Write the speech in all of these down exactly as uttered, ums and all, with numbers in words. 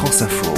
France Info.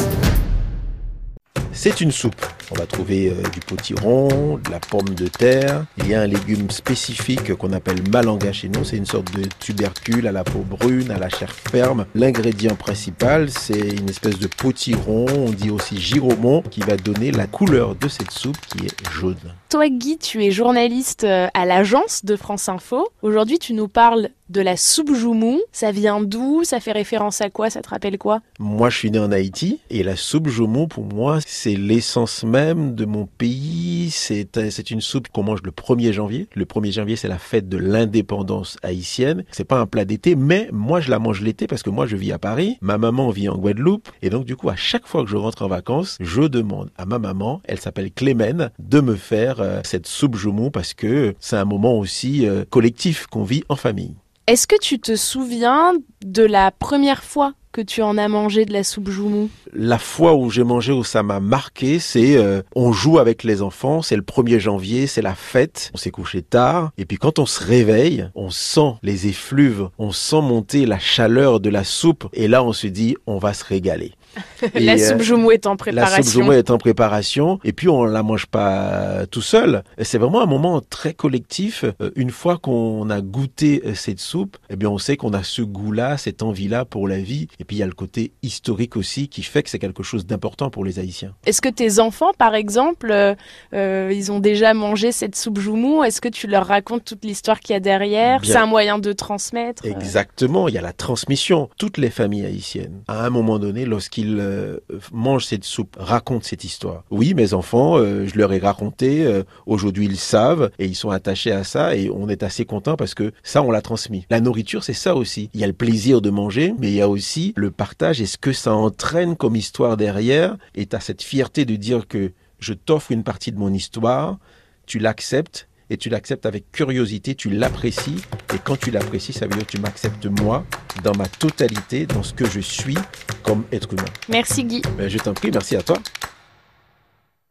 C'est une soupe. On va trouver euh, du potiron, de la pomme de terre. Il y a un légume spécifique qu'on appelle malanga chez nous. C'est une sorte de tubercule à la peau brune, à la chair ferme. L'ingrédient principal, c'est une espèce de potiron, on dit aussi giromon, qui va donner la couleur de cette soupe qui est jaune. Toi, Guy, tu es journaliste à l'agence de France Info. Aujourd'hui, tu nous parles de la soupe joumou. Ça vient d'où? Ça fait référence à quoi? Ça te rappelle quoi? Moi, je suis né en Haïti et la soupe joumou, pour moi, c'est l'essence même de mon pays. C'est, c'est une soupe qu'on mange le premier janvier. Le premier janvier, c'est la fête de l'indépendance haïtienne. C'est pas un plat d'été, mais moi, je la mange l'été parce que moi, je vis à Paris. Ma maman vit en Guadeloupe. Et donc, du coup, à chaque fois que je rentre en vacances, je demande à ma maman, elle s'appelle Clémène, de me faire euh, cette soupe joumou parce que c'est un moment aussi euh, collectif qu'on vit en famille. Est-ce que tu te souviens de la première fois que tu en as mangé de la soupe joumou? La fois où j'ai mangé, où ça m'a marqué, c'est euh, on joue avec les enfants, c'est le premier janvier, c'est la fête, on s'est couché tard, et puis quand on se réveille, on sent les effluves, on sent monter la chaleur de la soupe, et là on se dit on va se régaler. La Et, soupe euh, joumou est en préparation. La soupe joumou est en préparation, et puis on la mange pas tout seul. C'est vraiment un moment très collectif. Une fois qu'on a goûté cette soupe, eh bien on sait qu'on a ce goût-là, cette envie-là pour la vie. Et puis il y a le côté historique aussi qui fait que c'est quelque chose d'important pour les Haïtiens. Est-ce que tes enfants, par exemple, euh, euh, ils ont déjà mangé cette soupe joumou? Est-ce que tu leur racontes toute l'histoire qu'il y a derrière? Bien. C'est un moyen de transmettre? Exactement, il y a la transmission. Toutes les familles haïtiennes, à un moment donné, lorsqu'ils euh, mangent cette soupe, racontent cette histoire. Oui, mes enfants, euh, je leur ai raconté, euh, aujourd'hui ils savent et ils sont attachés à ça et on est assez contents parce que ça, on l'a transmis. La nourriture, c'est ça aussi. Il y a le plaisir de manger, mais il y a aussi le partage et ce que ça entraîne comme histoire derrière. Et tu as cette fierté de dire que je t'offre une partie de mon histoire, tu l'acceptes et tu l'acceptes avec curiosité, tu l'apprécies. Et quand tu l'apprécies, ça veut dire que tu m'acceptes moi dans ma totalité, dans ce que je suis comme être humain. Merci Guy. Ben, je t'en prie, merci à toi.